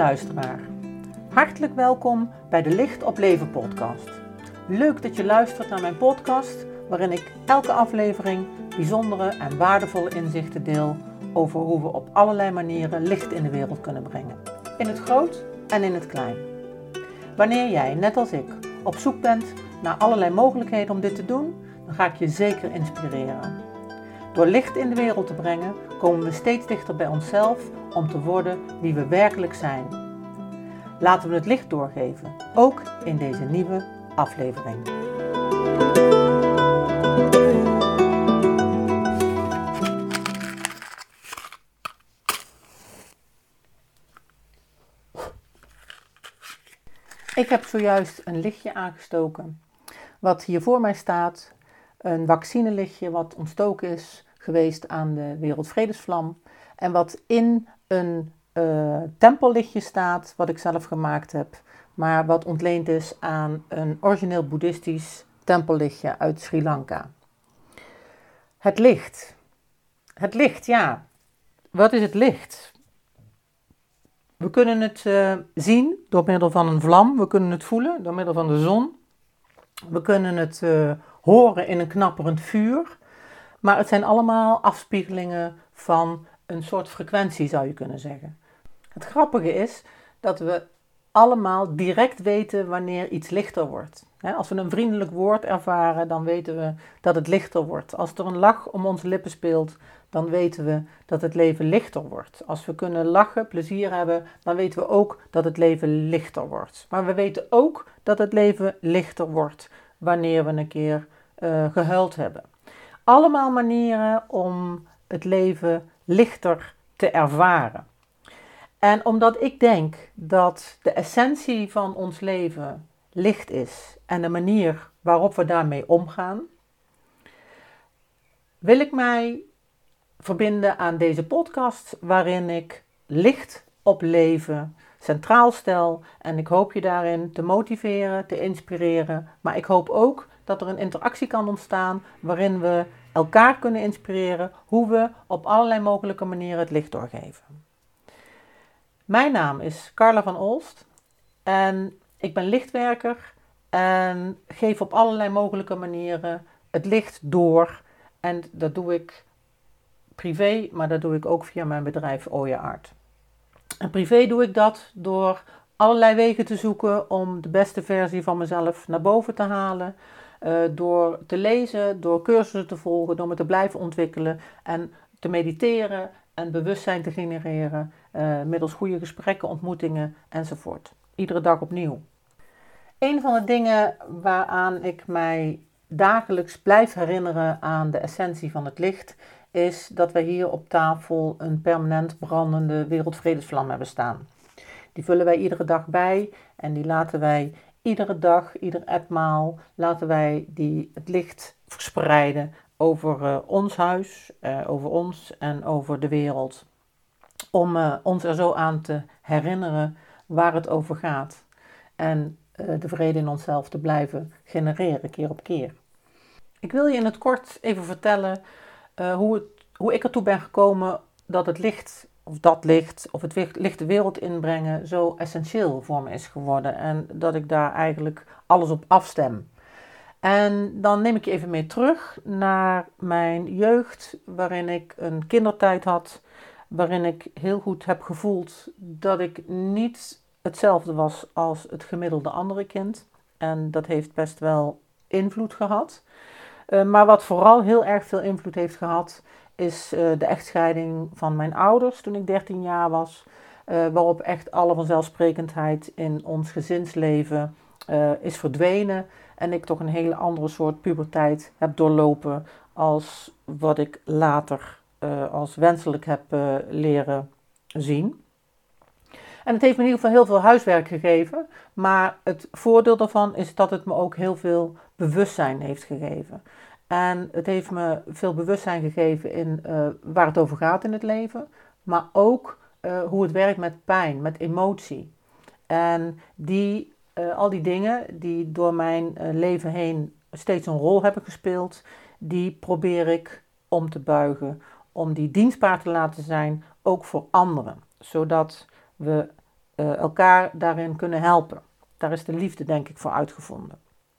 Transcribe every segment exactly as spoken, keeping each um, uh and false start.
luisteraar. Hartelijk welkom bij de Licht op Leven podcast. Leuk dat je luistert naar mijn podcast, waarin ik elke aflevering bijzondere en waardevolle inzichten deel over hoe we op allerlei manieren licht in de wereld kunnen brengen. In het groot en in het klein. Wanneer jij, net als ik, op zoek bent naar allerlei mogelijkheden om dit te doen, dan ga ik je zeker inspireren. Door licht in de wereld te brengen, komen we steeds dichter bij onszelf om te worden wie we werkelijk zijn. Laten we het licht doorgeven, ook in deze nieuwe aflevering. Ik heb zojuist een lichtje aangestoken, wat hier voor mij staat. Een vaccinelichtje wat ontstoken is geweest aan de Wereldvredesvlam. En wat in een uh, tempellichtje staat, wat ik zelf gemaakt heb. Maar wat ontleend is aan een origineel boeddhistisch tempellichtje uit Sri Lanka. Het licht. Het licht, ja. Wat is het licht? We kunnen het uh, zien door middel van een vlam. We kunnen het voelen door middel van de zon. We kunnen het uh, horen in een knapperend vuur. Maar het zijn allemaal afspiegelingen van een soort frequentie, zou je kunnen zeggen. Het grappige is dat we allemaal direct weten wanneer iets lichter wordt. Als we een vriendelijk woord ervaren, dan weten we dat het lichter wordt. Als er een lach om onze lippen speelt, dan weten we dat het leven lichter wordt. Als we kunnen lachen, plezier hebben, dan weten we ook dat het leven lichter wordt. Maar we weten ook dat het leven lichter wordt wanneer we een keer uh, gehuild hebben. Allemaal manieren om het leven lichter te ervaren. En omdat ik denk dat de essentie van ons leven licht is en de manier waarop we daarmee omgaan, wil ik mij verbinden aan deze podcast waarin ik licht op leven centraal stel. En ik hoop je daarin te motiveren, te inspireren. Maar ik hoop ook dat er een interactie kan ontstaan waarin we elkaar kunnen inspireren hoe we op allerlei mogelijke manieren het licht doorgeven. Mijn naam is Carla van Olst en ik ben lichtwerker en geef op allerlei mogelijke manieren het licht door. En dat doe ik privé, maar dat doe ik ook via mijn bedrijf Oya Art. En privé doe ik dat door allerlei wegen te zoeken om de beste versie van mezelf naar boven te halen. Uh, door te lezen, door cursussen te volgen, door me te blijven ontwikkelen en te mediteren en bewustzijn te genereren uh, middels goede gesprekken, ontmoetingen enzovoort. Iedere dag opnieuw. Een van de dingen waaraan ik mij dagelijks blijf herinneren aan de essentie van het licht is dat wij hier op tafel een permanent brandende wereldvredesvlam hebben staan. Die vullen wij iedere dag bij en die laten wij iedere dag, ieder etmaal, laten wij die, het licht verspreiden over uh, ons huis, uh, over ons en over de wereld. Om uh, ons er zo aan te herinneren waar het over gaat. En uh, de vrede in onszelf te blijven genereren, keer op keer. Ik wil je in het kort even vertellen uh, hoe, het, hoe ik ertoe ben gekomen dat het licht, of dat licht, of het licht de wereld inbrengen zo essentieel voor me is geworden. En dat ik daar eigenlijk alles op afstem. En dan neem ik je even mee terug naar mijn jeugd, waarin ik een kindertijd had, waarin ik heel goed heb gevoeld dat ik niet hetzelfde was als het gemiddelde andere kind. En dat heeft best wel invloed gehad. Uh, maar wat vooral heel erg veel invloed heeft gehad, is uh, de echtscheiding van mijn ouders toen ik dertien jaar was. Uh, waarop echt alle vanzelfsprekendheid in ons gezinsleven uh, is verdwenen. En ik toch een hele andere soort puberteit heb doorlopen als wat ik later uh, als wenselijk heb uh, leren zien. En het heeft me in ieder geval heel veel huiswerk gegeven. Maar het voordeel daarvan is dat het me ook heel veel bewustzijn heeft gegeven. En het heeft me veel bewustzijn gegeven in uh, waar het over gaat in het leven. Maar ook uh, hoe het werkt met pijn, met emotie. En die, uh, al die dingen die door mijn uh, leven heen steeds een rol hebben gespeeld, die probeer ik om te buigen. Om die dienstbaar te laten zijn, ook voor anderen. Zodat we uh, elkaar daarin kunnen helpen. Daar is de liefde denk ik voor uitgevonden.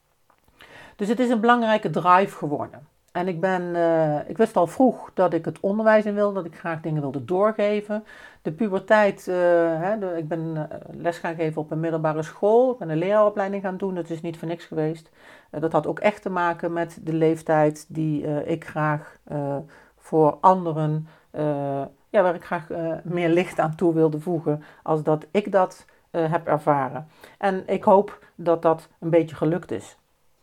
Dus het is een belangrijke drive geworden. En ik, ben, uh, ik wist al vroeg dat ik het onderwijs in wilde, dat ik graag dingen wilde doorgeven. De puberteit, uh, hè, de, ik ben uh, les gaan geven op een middelbare school. Ik ben een leraaropleiding gaan doen, dat is niet voor niks geweest. Uh, dat had ook echt te maken met de leeftijd die uh, ik graag uh, voor anderen, uh, ja, waar ik graag uh, meer licht aan toe wilde voegen als dat ik dat uh, heb ervaren. En ik hoop dat dat een beetje gelukt is.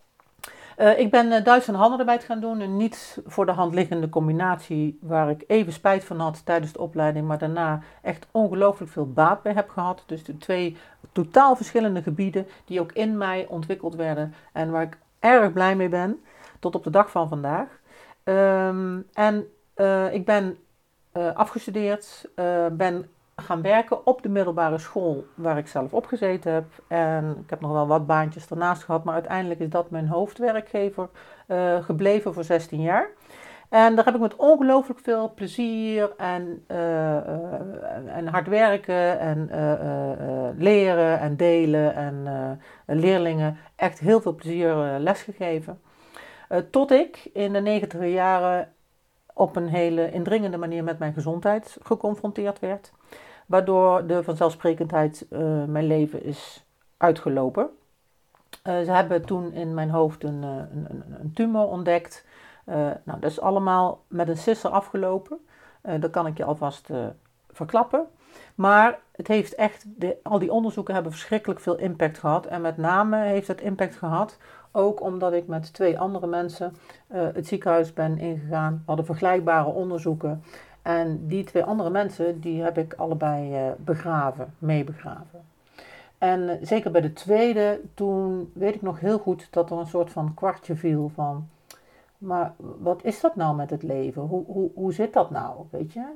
Uh, ik ben uh, Duits en handenarbeid gaan doen, een niet voor de hand liggende combinatie waar ik even spijt van had tijdens de opleiding, maar daarna echt ongelooflijk veel baat bij heb gehad. Dus de twee totaal verschillende gebieden die ook in mij ontwikkeld werden en waar ik erg blij mee ben, tot op de dag van vandaag. Um, en uh, ik ben uh, afgestudeerd, uh, ben gaan werken op de middelbare school waar ik zelf opgezeten heb. En ik heb nog wel wat baantjes ernaast gehad, maar uiteindelijk is dat mijn hoofdwerkgever uh, gebleven voor zestien jaar. En daar heb ik met ongelooflijk veel plezier en, uh, uh, en hard werken en uh, uh, leren en delen en uh, leerlingen echt heel veel plezier uh, lesgegeven. Uh, tot ik in de negentiger jaren op een hele indringende manier met mijn gezondheid geconfronteerd werd. Waardoor de vanzelfsprekendheid uh, mijn leven is uitgelopen. Uh, ze hebben toen in mijn hoofd een, een, een tumor ontdekt. Uh, nou, dat is allemaal met een sisser afgelopen. Uh, dat kan ik je alvast uh, verklappen. Maar het heeft echt, de, al die onderzoeken hebben verschrikkelijk veel impact gehad. En met name heeft het impact gehad, ook omdat ik met twee andere mensen uh, het ziekenhuis ben ingegaan. We hadden vergelijkbare onderzoeken. En die twee andere mensen, die heb ik allebei uh, begraven, meebegraven. En uh, zeker bij de tweede, toen weet ik nog heel goed dat er een soort van kwartje viel van, maar wat is dat nou met het leven? Hoe, hoe, hoe zit dat nou, weet je?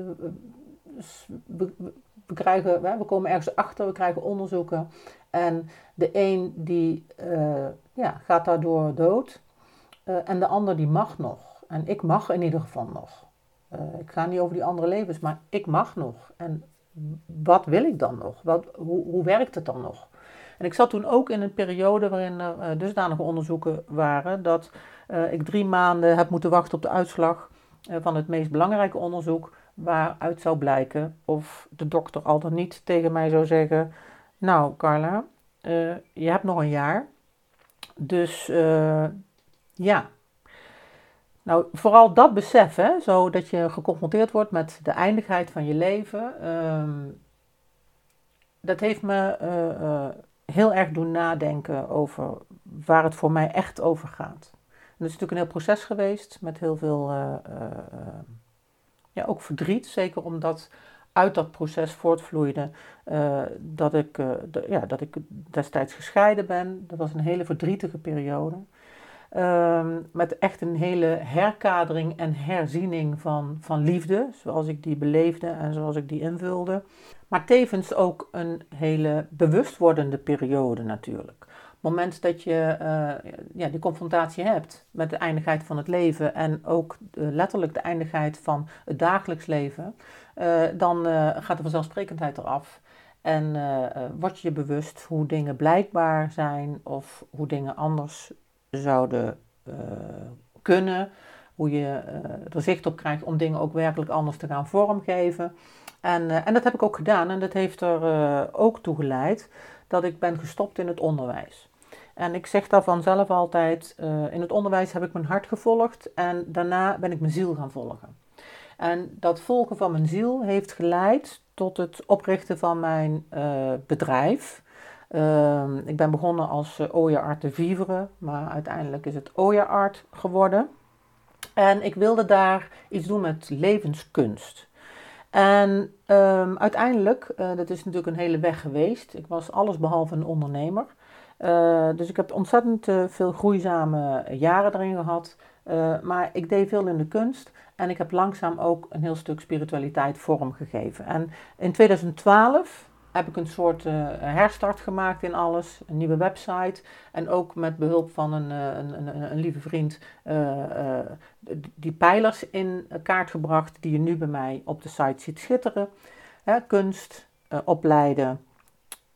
We, we, we, krijgen, we komen ergens achter, we krijgen onderzoeken. En de een die uh, ja, gaat daardoor dood uh, en de ander die mag nog. En ik mag in ieder geval nog. Uh, ik ga niet over die andere levens, maar ik mag nog. En wat wil ik dan nog? Wat, hoe, hoe werkt het dan nog? En ik zat toen ook in een periode waarin er uh, dusdanige onderzoeken waren dat uh, ik drie maanden heb moeten wachten op de uitslag uh, van het meest belangrijke onderzoek, waaruit zou blijken of de dokter al dan niet tegen mij zou zeggen, nou Carla, uh, je hebt nog een jaar, dus uh, ja. Nou, vooral dat besef, hè, zo dat je geconfronteerd wordt met de eindigheid van je leven, um, dat heeft me uh, uh, heel erg doen nadenken over waar het voor mij echt over gaat. En dat is natuurlijk een heel proces geweest met heel veel, uh, uh, ja, ook verdriet, zeker omdat uit dat proces voortvloeide uh, dat, ik, uh, de, ja, dat ik destijds gescheiden ben. Dat was een hele verdrietige periode. Um, met echt een hele herkadering en herziening van, van liefde, zoals ik die beleefde en zoals ik die invulde. Maar tevens ook een hele bewustwordende periode natuurlijk. Op het moment dat je uh, ja, die confrontatie hebt met de eindigheid van het leven en ook uh, letterlijk de eindigheid van het dagelijks leven, uh, dan uh, gaat de vanzelfsprekendheid eraf. En uh, uh, word je je bewust hoe dingen blijkbaar zijn of hoe dingen anders zouden uh, kunnen, hoe je uh, er zicht op krijgt om dingen ook werkelijk anders te gaan vormgeven. En, uh, en dat heb ik ook gedaan en dat heeft er uh, ook toe geleid dat ik ben gestopt in het onderwijs. En ik zeg daarvan zelf altijd, uh, in het onderwijs heb ik mijn hart gevolgd en daarna ben ik mijn ziel gaan volgen. En dat volgen van mijn ziel heeft geleid tot het oprichten van mijn uh, bedrijf. Uh, ik ben begonnen als uh, Oya Art de Vivre, maar uiteindelijk is het Oya Art geworden. En ik wilde daar iets doen met levenskunst. En um, uiteindelijk, uh, dat is natuurlijk een hele weg geweest. Ik was alles behalve een ondernemer. Uh, dus ik heb ontzettend uh, veel groeizame jaren erin gehad. Uh, maar ik deed veel in de kunst. En ik heb langzaam ook een heel stuk spiritualiteit vormgegeven. En in tweeduizend twaalf heb ik een soort uh, herstart gemaakt in alles. Een nieuwe website. En ook met behulp van een, een, een, een lieve vriend uh, uh, die pijlers in kaart gebracht die je nu bij mij op de site ziet schitteren. Hè, kunst, uh, opleiden,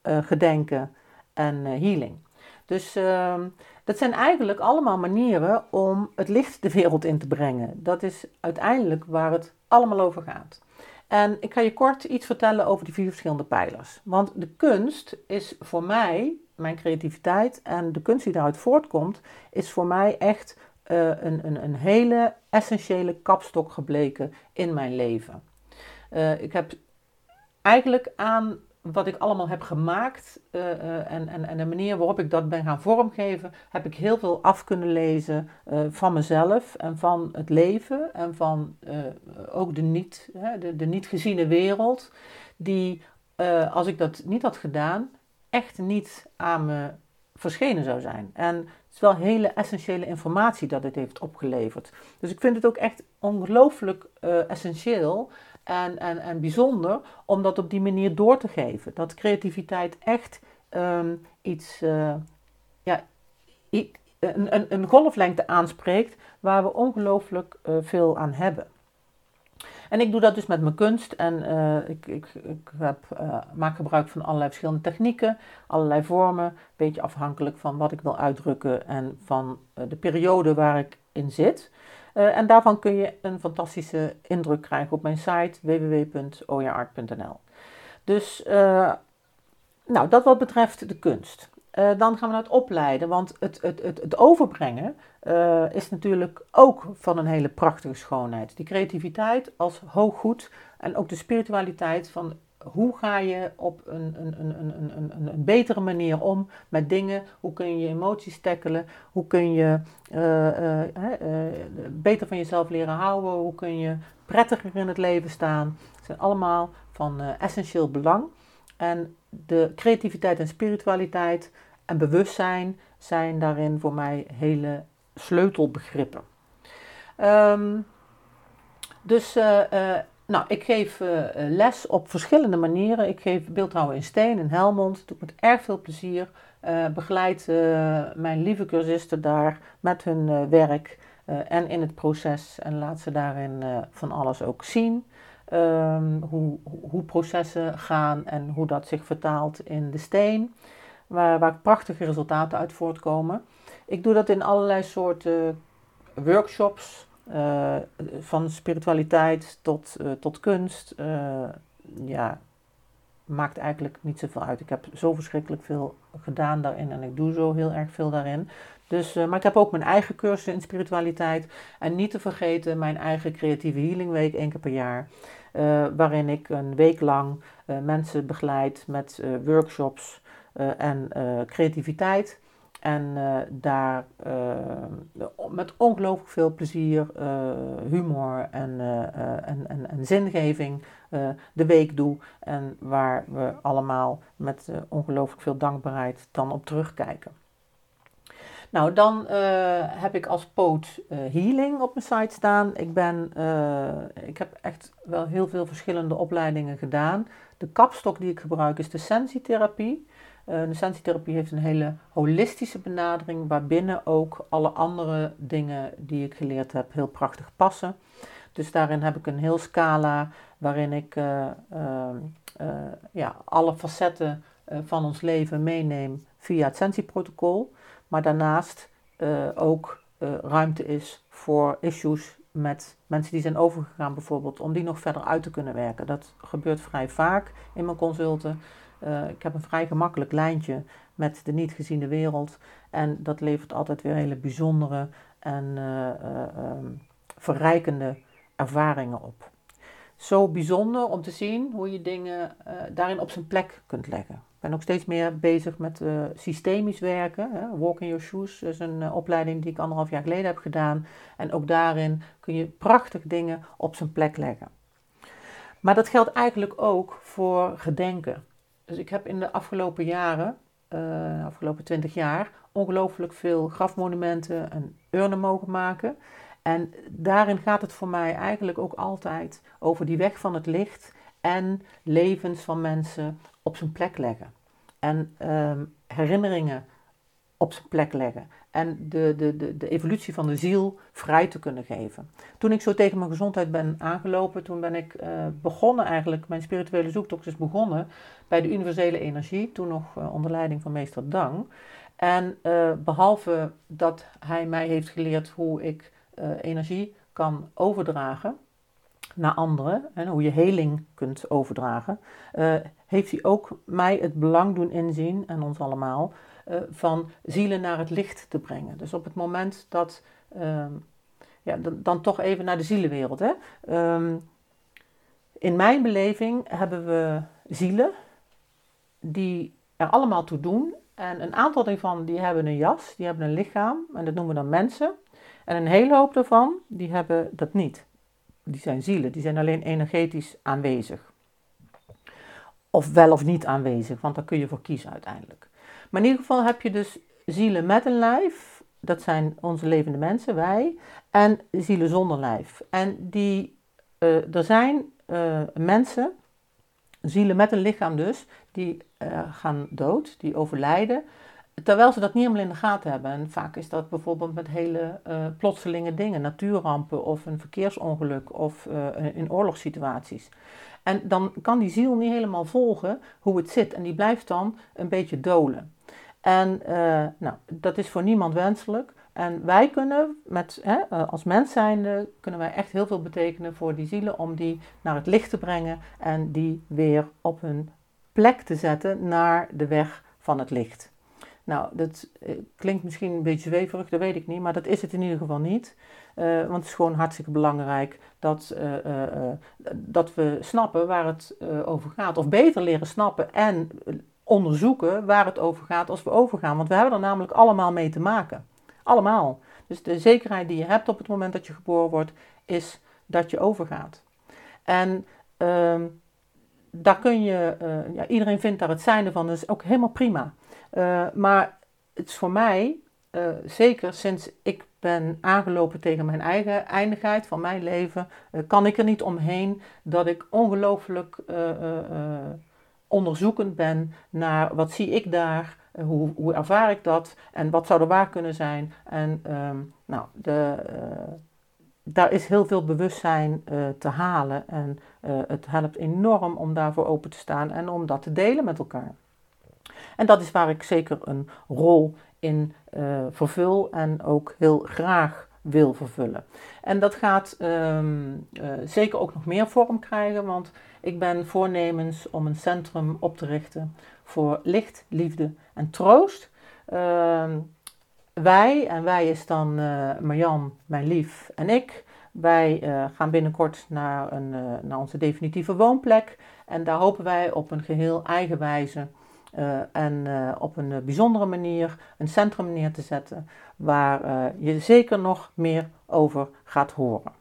uh, gedenken en uh, healing. Dus uh, dat zijn eigenlijk allemaal manieren om het licht de wereld in te brengen. Dat is uiteindelijk waar het allemaal over gaat. En ik ga je kort iets vertellen over die vier verschillende pijlers. Want de kunst is voor mij, mijn creativiteit en de kunst die daaruit voortkomt, is voor mij echt uh, een, een, een hele essentiële kapstok gebleken in mijn leven. Uh, ik heb eigenlijk aan wat ik allemaal heb gemaakt uh, uh, en, en, en de manier waarop ik dat ben gaan vormgeven, heb ik heel veel af kunnen lezen uh, van mezelf en van het leven en van uh, ook de niet, hè, de, de niet geziene wereld, die uh, als ik dat niet had gedaan, echt niet aan me verschenen zou zijn. En het is wel hele essentiële informatie dat het heeft opgeleverd. Dus ik vind het ook echt ongelooflijk uh, essentieel En, en, en bijzonder om dat op die manier door te geven. Dat creativiteit echt um, iets, uh, ja, een, een, een golflengte aanspreekt waar we ongelooflijk uh, veel aan hebben. En ik doe dat dus met mijn kunst en uh, ik, ik, ik heb, uh, maak gebruik van allerlei verschillende technieken, allerlei vormen, een beetje afhankelijk van wat ik wil uitdrukken en van uh, de periode waar ik in zit. Uh, en daarvan kun je een fantastische indruk krijgen op mijn site w w w punt oyaart punt n l. Dus uh, nou, dat wat betreft de kunst. Uh, dan gaan we naar het opleiden, want het, het, het, het overbrengen uh, is natuurlijk ook van een hele prachtige schoonheid. Die creativiteit als hooggoed en ook de spiritualiteit van hoe ga je op een, een, een, een, een, een betere manier om met dingen, hoe kun je emoties tackelen, hoe kun je uh, uh, uh, uh, beter van jezelf leren houden, hoe kun je prettiger in het leven staan. Dat zijn allemaal van uh, essentieel belang. En de creativiteit en spiritualiteit en bewustzijn zijn daarin voor mij hele sleutelbegrippen. Um, dus uh, uh, nou, ik geef uh, les op verschillende manieren. Ik geef beeldhouwen in steen in Helmond. Dat doe ik met erg veel plezier. Uh, begeleid uh, mijn lieve cursisten daar met hun uh, werk uh, en in het proces. En laat ze daarin uh, van alles ook zien. Um, hoe, hoe processen gaan en hoe dat zich vertaalt in de steen, waar, waar prachtige resultaten uit voortkomen. Ik doe dat in allerlei soorten workshops, uh, van spiritualiteit tot, uh, tot kunst. Uh, ja, maakt eigenlijk niet zoveel uit. Ik heb zo verschrikkelijk veel gedaan daarin en ik doe zo heel erg veel daarin. Dus, uh, maar ik heb ook mijn eigen cursussen in spiritualiteit en niet te vergeten mijn eigen creatieve healing week één keer per jaar. Uh, waarin ik een week lang uh, mensen begeleid met uh, workshops uh, en uh, creativiteit. En uh, daar uh, met ongelooflijk veel plezier, uh, humor en, uh, uh, en, en, en zingeving uh, de week doe. En waar we allemaal met uh, ongelooflijk veel dankbaarheid dan op terugkijken. Nou, dan uh, heb ik als poot uh, healing op mijn site staan. Ik, ben, uh, ik heb echt wel heel veel verschillende opleidingen gedaan. De kapstok die ik gebruik is de sensitherapie. Uh, de sensitherapie heeft een hele holistische benadering, waarbinnen ook alle andere dingen die ik geleerd heb heel prachtig passen. Dus daarin heb ik een heel scala waarin ik uh, uh, uh, ja, alle facetten uh, van ons leven meeneem via het sensieprotocol. Maar daarnaast uh, ook uh, ruimte is voor issues met mensen die zijn overgegaan bijvoorbeeld, om die nog verder uit te kunnen werken. Dat gebeurt vrij vaak in mijn consulten. Uh, ik heb een vrij gemakkelijk lijntje met de niet geziene wereld en dat levert altijd weer hele bijzondere en uh, uh, um, verrijkende ervaringen op. Zo bijzonder om te zien hoe je dingen uh, daarin op zijn plek kunt leggen. Ik ben ook steeds meer bezig met uh, systemisch werken. Hè. Walk in your shoes is een uh, opleiding die ik anderhalf jaar geleden heb gedaan. En ook daarin kun je prachtig dingen op zijn plek leggen. Maar dat geldt eigenlijk ook voor gedenken. Dus ik heb in de afgelopen jaren, uh, afgelopen twintig jaar, ongelooflijk veel grafmonumenten en urnen mogen maken. En daarin gaat het voor mij eigenlijk ook altijd over die weg van het licht en levens van mensen op zijn plek leggen. En um, herinneringen op zijn plek leggen. En de, de, de, de evolutie van de ziel vrij te kunnen geven. Toen ik zo tegen mijn gezondheid ben aangelopen, toen ben ik uh, begonnen eigenlijk, mijn spirituele zoektocht is begonnen bij de universele energie, toen nog uh, onder leiding van meester Dang. En uh, behalve dat hij mij heeft geleerd hoe ik uh, energie kan overdragen naar anderen, en hoe je heling kunt overdragen, uh, heeft hij ook mij het belang doen inzien, en ons allemaal, uh, van zielen naar het licht te brengen. Dus op het moment dat, uh, ja, dan, dan toch even naar de zielenwereld. Hè? Um, in mijn beleving hebben we zielen die er allemaal toe doen. En een aantal daarvan die hebben een jas, die hebben een lichaam, en dat noemen we dan mensen. En een hele hoop daarvan, die hebben dat niet. Die zijn zielen, die zijn alleen energetisch aanwezig. Of wel of niet aanwezig, want daar kun je voor kiezen uiteindelijk. Maar in ieder geval heb je dus zielen met een lijf, dat zijn onze levende mensen, wij, en zielen zonder lijf. En die, uh, er zijn uh, mensen, zielen met een lichaam dus, die uh, gaan dood, die overlijden, terwijl ze dat niet helemaal in de gaten hebben. En vaak is dat bijvoorbeeld met hele uh, plotselinge dingen, natuurrampen of een verkeersongeluk of uh, in oorlogssituaties. En dan kan die ziel niet helemaal volgen hoe het zit en die blijft dan een beetje dolen. En uh, nou, dat is voor niemand wenselijk. En wij kunnen, met, hè, als mens zijnde, kunnen wij echt heel veel betekenen voor die zielen om die naar het licht te brengen en die weer op hun plek te zetten naar de weg van het licht. Nou, dat eh, klinkt misschien een beetje zweverig, dat weet ik niet, maar dat is het in ieder geval niet. Uh, want het is gewoon hartstikke belangrijk dat, uh, uh, uh, dat we snappen waar het uh, over gaat. Of beter leren snappen en onderzoeken waar het over gaat als we overgaan. Want we hebben er namelijk allemaal mee te maken. Allemaal. Dus de zekerheid die je hebt op het moment dat je geboren wordt, is dat je overgaat. En uh, daar kun je, uh, ja, iedereen vindt daar het zijnde van, dat is ook helemaal prima. Uh, maar het is voor mij, uh, zeker sinds ik ben aangelopen tegen mijn eigen eindigheid van mijn leven, uh, kan ik er niet omheen dat ik ongelooflijk uh, uh, uh, onderzoekend ben naar wat zie ik daar, uh, hoe, hoe ervaar ik dat en wat zou er waar kunnen zijn. En um, nou, de, uh, daar is heel veel bewustzijn uh, te halen en uh, het helpt enorm om daarvoor open te staan en om dat te delen met elkaar. En dat is waar ik zeker een rol in uh, vervul en ook heel graag wil vervullen. En dat gaat um, uh, zeker ook nog meer vorm krijgen, want ik ben voornemens om een centrum op te richten voor licht, liefde en troost. Uh, wij, en wij is dan uh, Marjan, mijn lief en ik, wij uh, gaan binnenkort naar, een, uh, naar onze definitieve woonplek en daar hopen wij op een geheel eigen wijze Uh, en uh, op een uh, bijzondere manier een centrum neer te zetten waar uh, je zeker nog meer over gaat horen.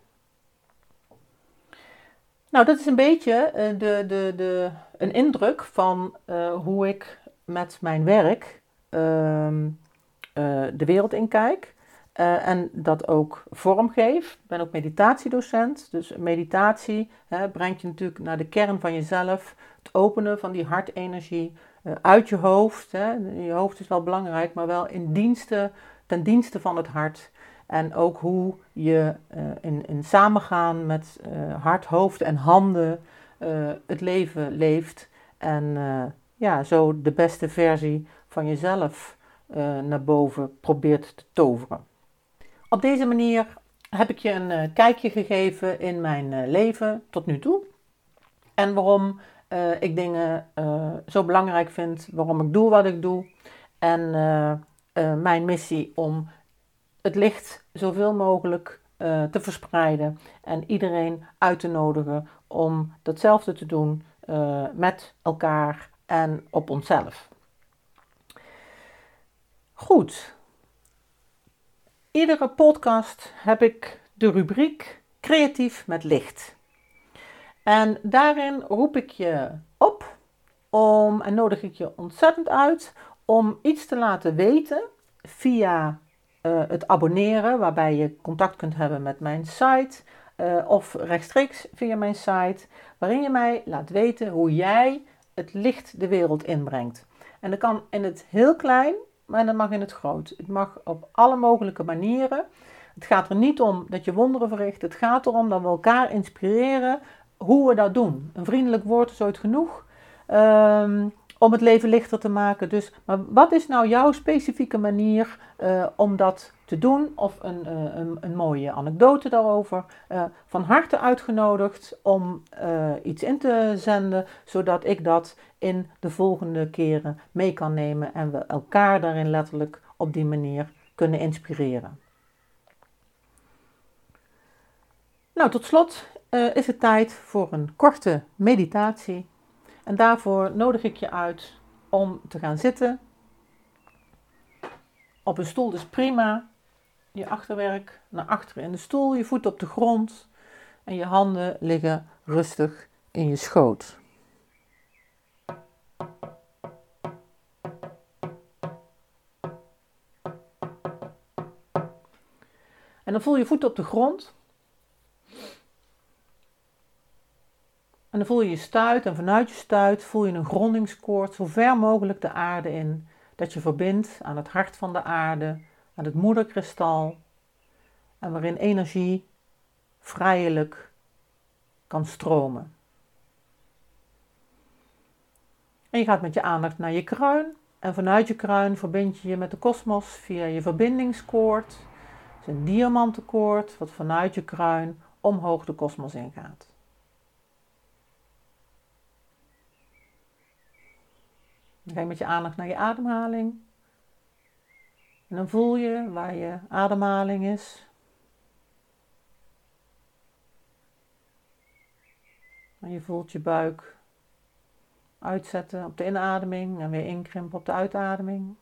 Nou, dat is een beetje uh, de, de, de, een indruk van uh, hoe ik met mijn werk uh, uh, de wereld inkijk uh, en dat ook vormgeef. Ik ben ook meditatiedocent, dus meditatie hè, brengt je natuurlijk naar de kern van jezelf, het openen van die hartenergie, Uh, uit je hoofd, hè. Je hoofd is wel belangrijk, maar wel in dienste, ten dienste van het hart. En ook hoe je uh, in, in samengaan met uh, hart, hoofd en handen uh, het leven leeft. En uh, ja, zo de beste versie van jezelf uh, naar boven probeert te toveren. Op deze manier heb ik je een uh, kijkje gegeven in mijn uh, leven tot nu toe. En waarom Uh, ik dingen uh, zo belangrijk vind, waarom ik doe wat ik doe. En uh, uh, mijn missie om het licht zoveel mogelijk uh, te verspreiden. En iedereen uit te nodigen om datzelfde te doen uh, met elkaar en op onszelf. Goed. Iedere podcast heb ik de rubriek Creatief met licht. En daarin roep ik je op om, en nodig ik je ontzettend uit om iets te laten weten via uh, het abonneren, waarbij je contact kunt hebben met mijn site uh, of rechtstreeks via mijn site, waarin je mij laat weten hoe jij het licht de wereld inbrengt. En dat kan in het heel klein, maar dat mag in het groot. Het mag op alle mogelijke manieren. Het gaat er niet om dat je wonderen verricht. Het gaat erom dat we elkaar inspireren hoe we dat doen. Een vriendelijk woord is ooit genoeg um, om het leven lichter te maken. Dus, maar wat is nou jouw specifieke manier uh, om dat te doen? Of een, uh, een, een mooie anekdote daarover. Uh, van harte uitgenodigd om uh, iets in te zenden, zodat ik dat in de volgende keren mee kan nemen en we elkaar daarin letterlijk op die manier kunnen inspireren. Nou, tot slot uh, is het tijd voor een korte meditatie. En daarvoor nodig ik je uit om te gaan zitten. Op een stoel is prima. Je achterwerk naar achteren in de stoel, je voeten op de grond en je handen liggen rustig in je schoot. En dan voel je voeten op de grond. En dan voel je je stuit en vanuit je stuit voel je een grondingskoord zo ver mogelijk de aarde in. Dat je verbindt aan het hart van de aarde, aan het moederkristal. En waarin energie vrijelijk kan stromen. En je gaat met je aandacht naar je kruin. En vanuit je kruin verbind je je met de kosmos via je verbindingskoord. Het is een diamantenkoord wat vanuit je kruin omhoog de kosmos ingaat. Dan ga je met je aandacht naar je ademhaling. En dan voel je waar je ademhaling is. En je voelt je buik uitzetten op de inademing en weer inkrimpen op de uitademing.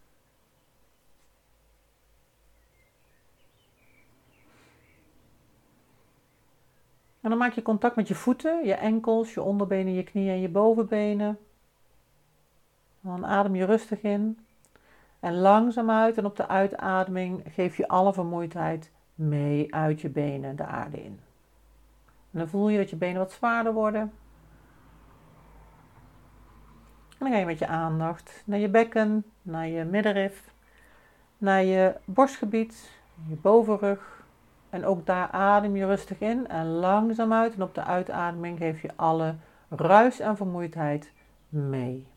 En dan maak je contact met je voeten, je enkels, je onderbenen, je knieën en je bovenbenen. Dan adem je rustig in en langzaam uit en op de uitademing geef je alle vermoeidheid mee uit je benen de aarde in. En dan voel je dat je benen wat zwaarder worden. En dan ga je met je aandacht naar je bekken, naar je middenrif, naar je borstgebied, je bovenrug. En ook daar adem je rustig in en langzaam uit. En op de uitademing geef je alle ruis en vermoeidheid mee.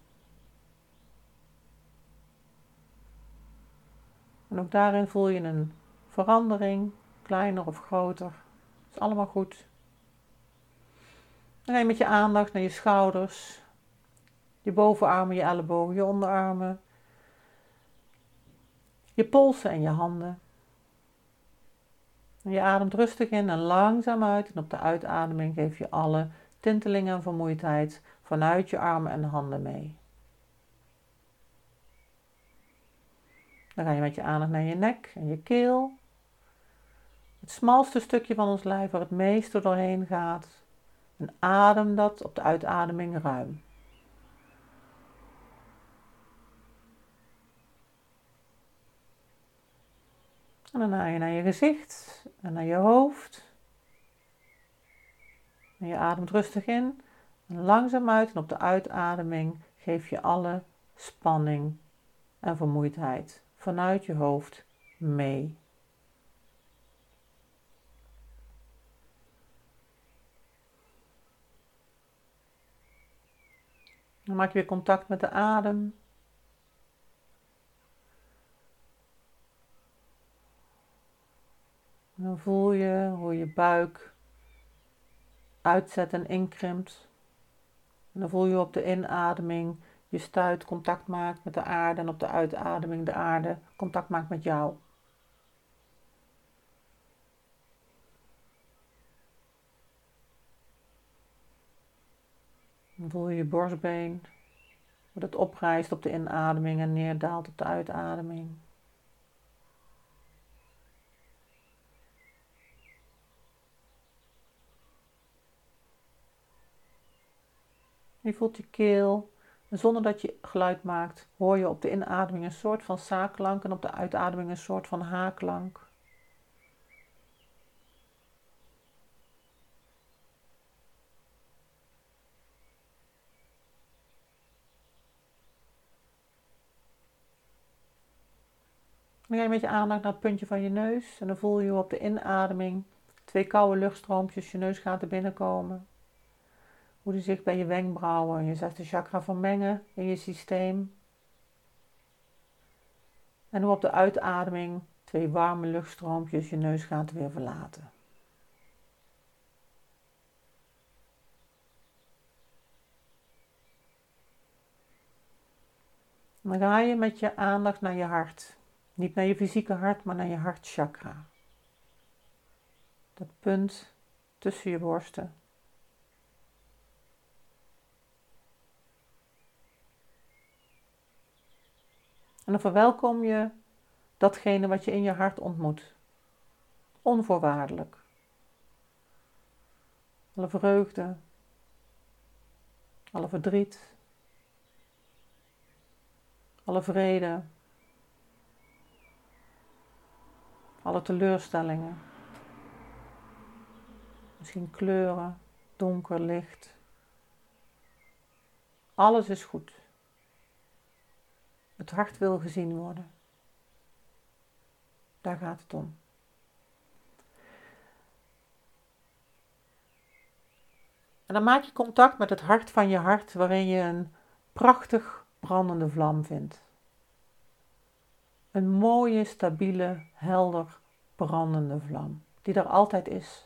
En ook daarin voel je een verandering, kleiner of groter. Dat is allemaal goed. Dan ga je met je aandacht naar je schouders, je bovenarmen, je ellebogen, je onderarmen, je polsen en je handen. En je ademt rustig in en langzaam uit. En op de uitademing geef je alle tintelingen en vermoeidheid vanuit je armen en handen mee. Dan ga je met je aandacht naar je nek en je keel. Het smalste stukje van ons lijf waar het meeste doorheen gaat. En adem dat op de uitademing ruim. En dan ga je naar je gezicht en naar je hoofd. En je ademt rustig in en langzaam uit. En op de uitademing geef je alle spanning en vermoeidheid vanuit je hoofd mee. Dan maak je weer contact met de adem. En dan voel je hoe je buik uitzet en inkrimpt. En dan voel je op de inademing je stuit contact maakt met de aarde en op de uitademing de aarde contact maakt met jou. Dan voel je je borstbeen, hoe dat oprijst op de inademing en neerdaalt op de uitademing. Je voelt je keel en zonder dat je geluid maakt hoor je op de inademing een soort van sa-klank en op de uitademing een soort van ha-klank. Dan ga je met je aandacht naar het puntje van je neus en dan voel je op de inademing twee koude luchtstroompjes je neusgaten binnenkomen. Hoe die zich bij je wenkbrauwen en je zesde chakra vermengen in je systeem. En hoe op de uitademing twee warme luchtstroompjes je neusgaten weer verlaten. En dan ga je met je aandacht naar je hart. Niet naar je fysieke hart, maar naar je hartchakra. Dat punt tussen je borsten. En dan verwelkom je datgene wat je in je hart ontmoet. Onvoorwaardelijk. Alle vreugde, alle verdriet, alle vrede, alle teleurstellingen. Misschien kleuren, donker, licht. Alles is goed. Het hart wil gezien worden. Daar gaat het om. En dan maak je contact met het hart van je hart, waarin je een prachtig brandende vlam vindt. Een mooie, stabiele, helder brandende vlam, die er altijd is.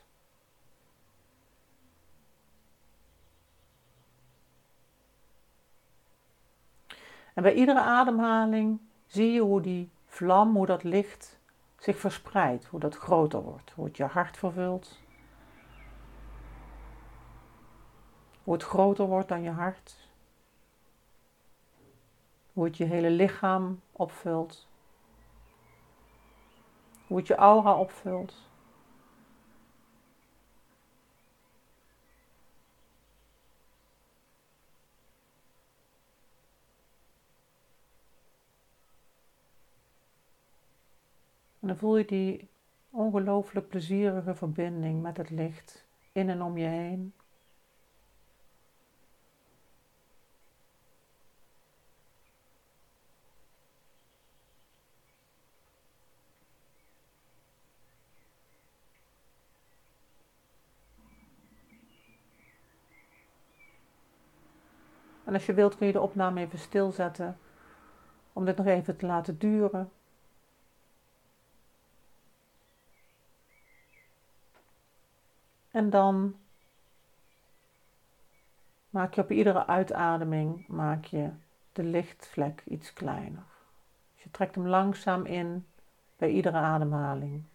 En bij iedere ademhaling zie je hoe die vlam, hoe dat licht zich verspreidt, hoe dat groter wordt, hoe het je hart vervult. Hoe het groter wordt dan je hart. Hoe het je hele lichaam opvult. Hoe het je aura opvult. En dan voel je die ongelooflijk plezierige verbinding met het licht in en om je heen. En als je wilt kun je de opname even stilzetten om dit nog even te laten duren. En dan maak je op iedere uitademing maak je de lichtvlek iets kleiner. Dus je trekt hem langzaam in bij iedere ademhaling.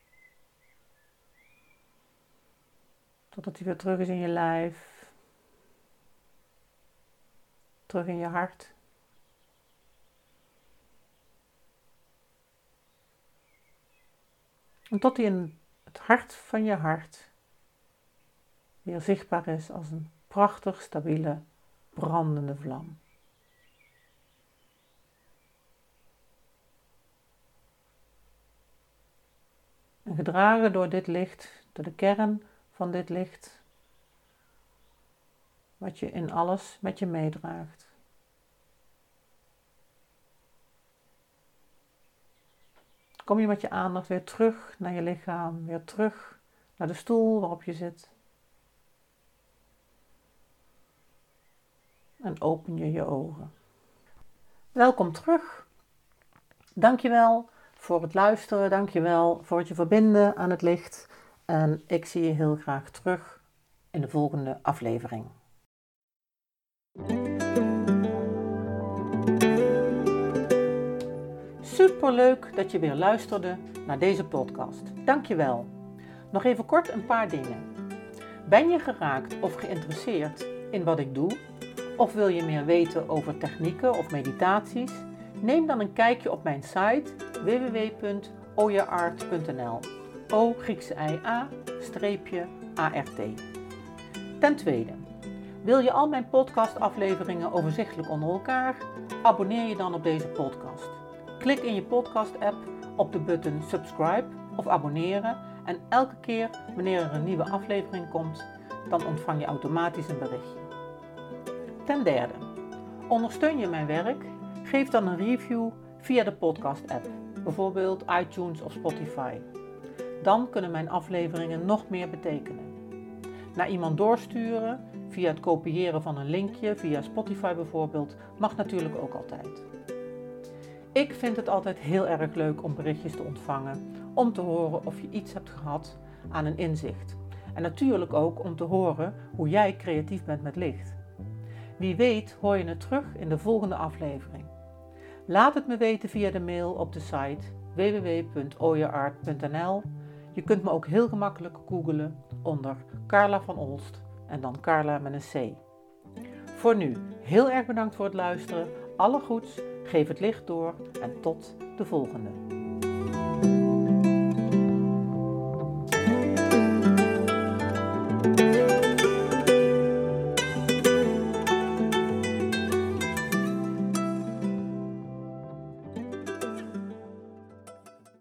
Totdat hij weer terug is in je lijf. Terug in je hart. En tot hij in het hart van je hart weer zichtbaar is als een prachtig, stabiele, brandende vlam. En gedragen door dit licht, door de kern van dit licht, wat je in alles met je meedraagt. Kom je met je aandacht weer terug naar je lichaam, weer terug naar de stoel waarop je zit. En open je je ogen. Welkom terug. Dankjewel voor het luisteren, dankjewel voor het je verbinden aan het licht. En ik zie je heel graag terug in de volgende aflevering. Superleuk dat je weer luisterde naar deze podcast. Dankjewel. Nog even kort een paar dingen. Ben je geraakt of geïnteresseerd in wat ik doe? Of wil je meer weten over technieken of meditaties? Neem dan een kijkje op mijn site w w w punt oyaart punt n l. O Griekse I A, streepje A R T. Ten tweede, wil je al mijn podcastafleveringen overzichtelijk onder elkaar? Abonneer je dan op deze podcast. Klik in je podcast-app op de button subscribe of abonneren en elke keer wanneer er een nieuwe aflevering komt, dan ontvang je automatisch een berichtje. Ten derde, ondersteun je mijn werk? Geef dan een review via de podcast-app. bijvoorbeeld iTunes of Spotify. Dan kunnen mijn afleveringen nog meer betekenen. Naar iemand doorsturen, via het kopiëren van een linkje, via Spotify bijvoorbeeld, mag natuurlijk ook altijd. Ik vind het altijd heel erg leuk om berichtjes te ontvangen, om te horen of je iets hebt gehad aan een inzicht. En natuurlijk ook om te horen hoe jij creatief bent met licht. Wie weet hoor je het terug in de volgende aflevering. Laat het me weten via de mail op de site w w w punt oyaart punt n l. Je kunt me ook heel gemakkelijk googlen onder Carla van Olst en dan Carla met een C. Voor nu, heel erg bedankt voor het luisteren. Alle goeds, geef het licht door en tot de volgende.